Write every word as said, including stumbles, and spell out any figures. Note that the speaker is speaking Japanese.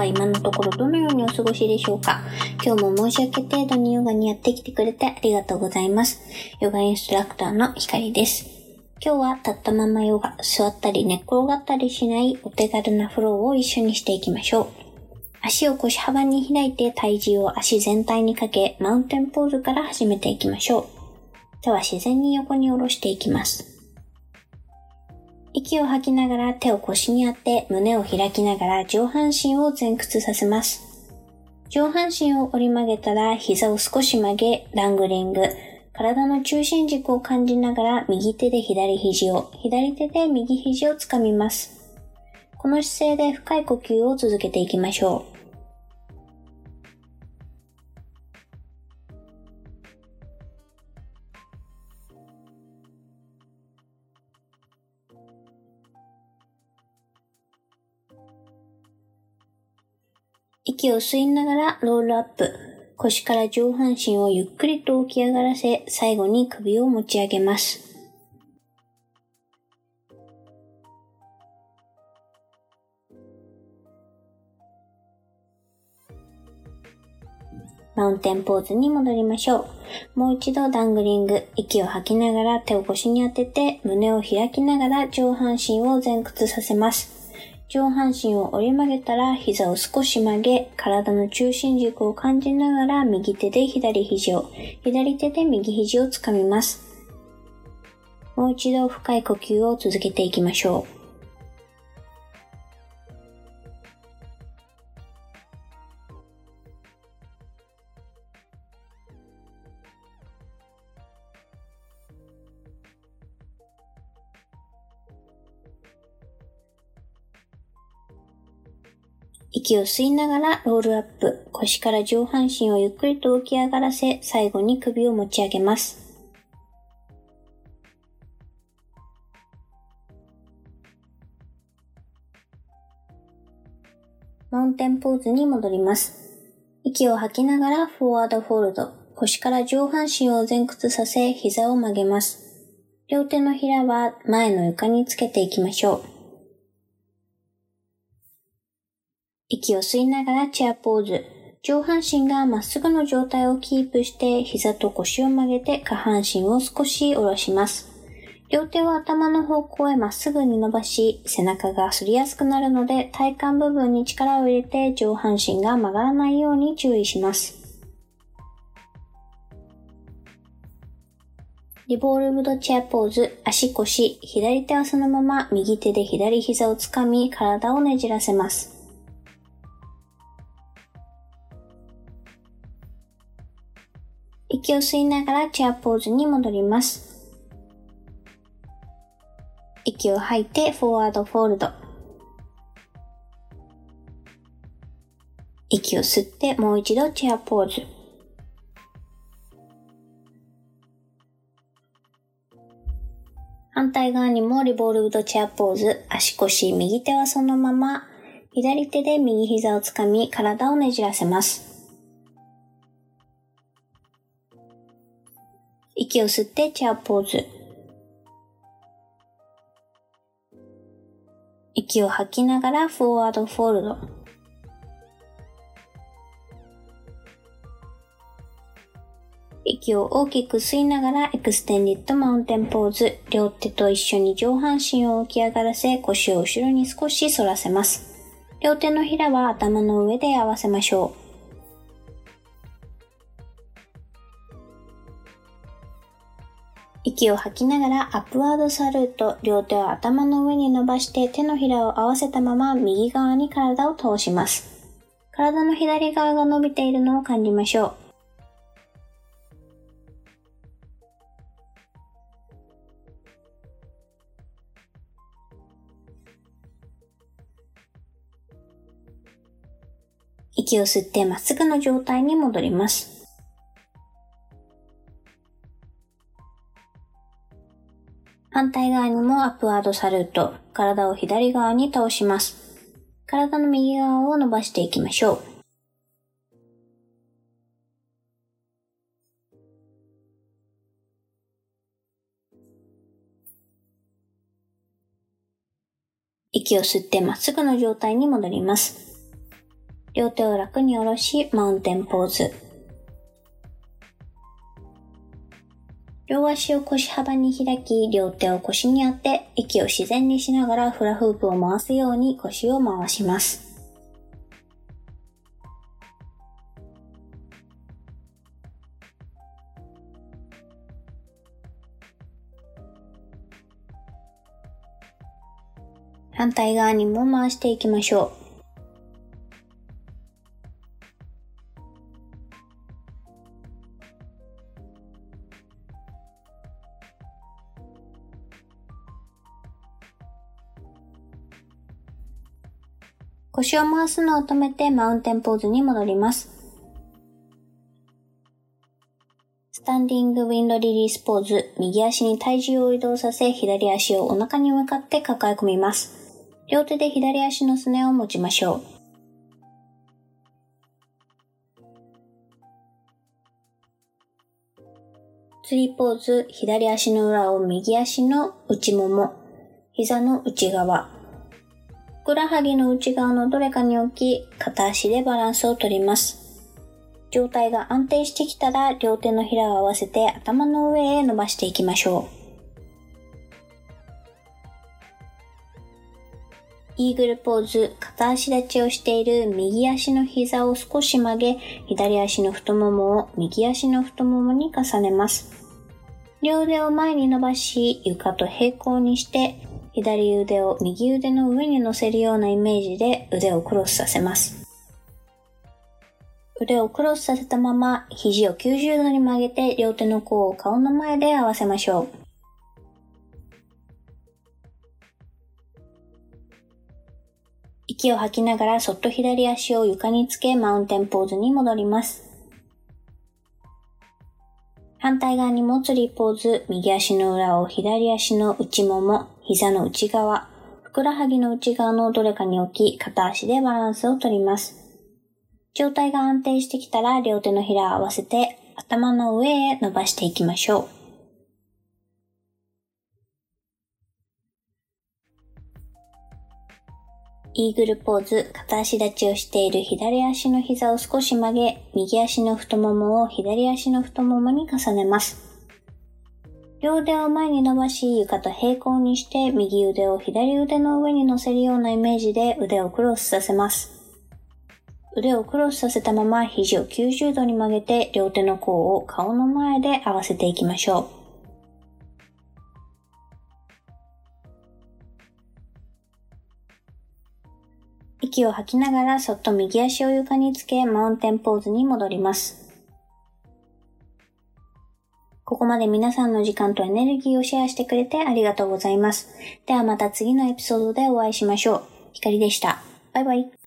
は今のところどのようにお過ごしでしょうか。今日も申し訳程度にヨガにやってきてくれてありがとうございます。ヨガインストラクターのひかりです。今日は立ったままヨガ、座ったり寝っ転がったりしないお手軽なフローを一緒にしていきましょう。足を腰幅に開いて体重を足全体にかけ、マウンテンポーズから始めていきましょう。手は自然に横に下ろしていきます。息を吐きながら手を腰に当て、胸を開きながら上半身を前屈させます。上半身を折り曲げたら膝を少し曲げ、ラングリング。体の中心軸を感じながら右手で左肘を、左手で右肘をつかみます。この姿勢で深い呼吸を続けていきましょう。息を吸いながらロールアップ。腰から上半身をゆっくりと起き上がらせ、最後に首を持ち上げます。マウンテンポーズに戻りましょう。もう一度ダングリング。息を吐きながら手を腰に当てて、胸を開きながら上半身を前屈させます。上半身を折り曲げたら膝を少し曲げ、体の中心軸を感じながら右手で左肘を、左手で右肘をつかみます。もう一度深い呼吸を続けていきましょう。息を吸いながらロールアップ。腰から上半身をゆっくりと起き上がらせ、最後に首を持ち上げます。マウンテンポーズに戻ります。息を吐きながらフォワードフォールド。腰から上半身を前屈させ、膝を曲げます。両手のひらは前の床につけていきましょう。息を吸いながらチェアポーズ。上半身がまっすぐの状態をキープして、膝と腰を曲げて下半身を少し下ろします。両手を頭の方向へまっすぐに伸ばし、背中が反りやすくなるので体幹部分に力を入れて上半身が曲がらないように注意します。リボルブドチェアポーズ。足腰、左手はそのまま右手で左膝をつかみ、体をねじらせます。息を吸いながらチェアポーズに戻ります。息を吐いてフォワードフォールド。息を吸ってもう一度チェアポーズ。反対側にもリボルブドチェアポーズ。足腰、右手はそのまま。左手で右膝をつかみ、体をねじらせます。息を吸ってチェアポーズ。息を吐きながらフォワードフォールド。息を大きく吸いながらエクステンディッドマウンテンポーズ。両手と一緒に上半身を起き上がらせ、腰を後ろに少し反らせます。両手のひらは頭の上で合わせましょう。息を吐きながらアップワードサルート。両手を頭の上に伸ばして手のひらを合わせたまま右側に体を倒します。体の左側が伸びているのを感じましょう。息を吸ってまっすぐの状態に戻ります。反対側にもアップワードサルート。体を左側に倒します。体の右側を伸ばしていきましょう。息を吸ってまっすぐの状態に戻ります。 両手を楽に下ろし、マウンテンポーズ。両足を腰幅に開き、両手を腰に当て、息を自然にしながらフラフープを回すように腰を回します。反対側にも回していきましょう。腰を回すのを止めてマウンテンポーズに戻ります。スタンディングウィンドリリースポーズ、右足に体重を移動させ、左足をお腹に向かって抱え込みます。両手で左足のすねを持ちましょう。ツリーポーズ、左足の裏を右足の内もも、膝の内側、ふくらはぎの内側のどれかに置き、片足でバランスをとります。状態が安定してきたら、両手のひらを合わせて頭の上へ伸ばしていきましょう。イーグルポーズ、片足立ちをしている右足の膝を少し曲げ、左足の太ももを右足の太ももに重ねます。両腕を前に伸ばし、床と平行にして、左腕を右腕の上に乗せるようなイメージで腕をクロスさせます。腕をクロスさせたまま、肘をきゅうじゅうどに曲げて、両手の甲を顔の前で合わせましょう。息を吐きながらそっと左足を床につけ、マウンテンポーズに戻ります。反対側にもツリーポーズ、右足の裏を左足の内もも、膝の内側、ふくらはぎの内側のどれかに置き、片足でバランスをとります。状態が安定してきたら、両手のひらを合わせて、頭の上へ伸ばしていきましょう。イーグルポーズ、片足立ちをしている左足の膝を少し曲げ、右足の太ももを左足の太ももに重ねます。両腕を前に伸ばし、床と平行にして、右腕を左腕の上に乗せるようなイメージで腕をクロスさせます。腕をクロスさせたまま肘をきゅうじゅうどに曲げて、両手の甲を顔の前で合わせていきましょう。息を吐きながらそっと右足を床につけ、マウンテンポーズに戻ります。ここまで皆さんの時間とエネルギーをシェアしてくれてありがとうございます。ではまた次のエピソードでお会いしましょう。ひかりでした。バイバイ。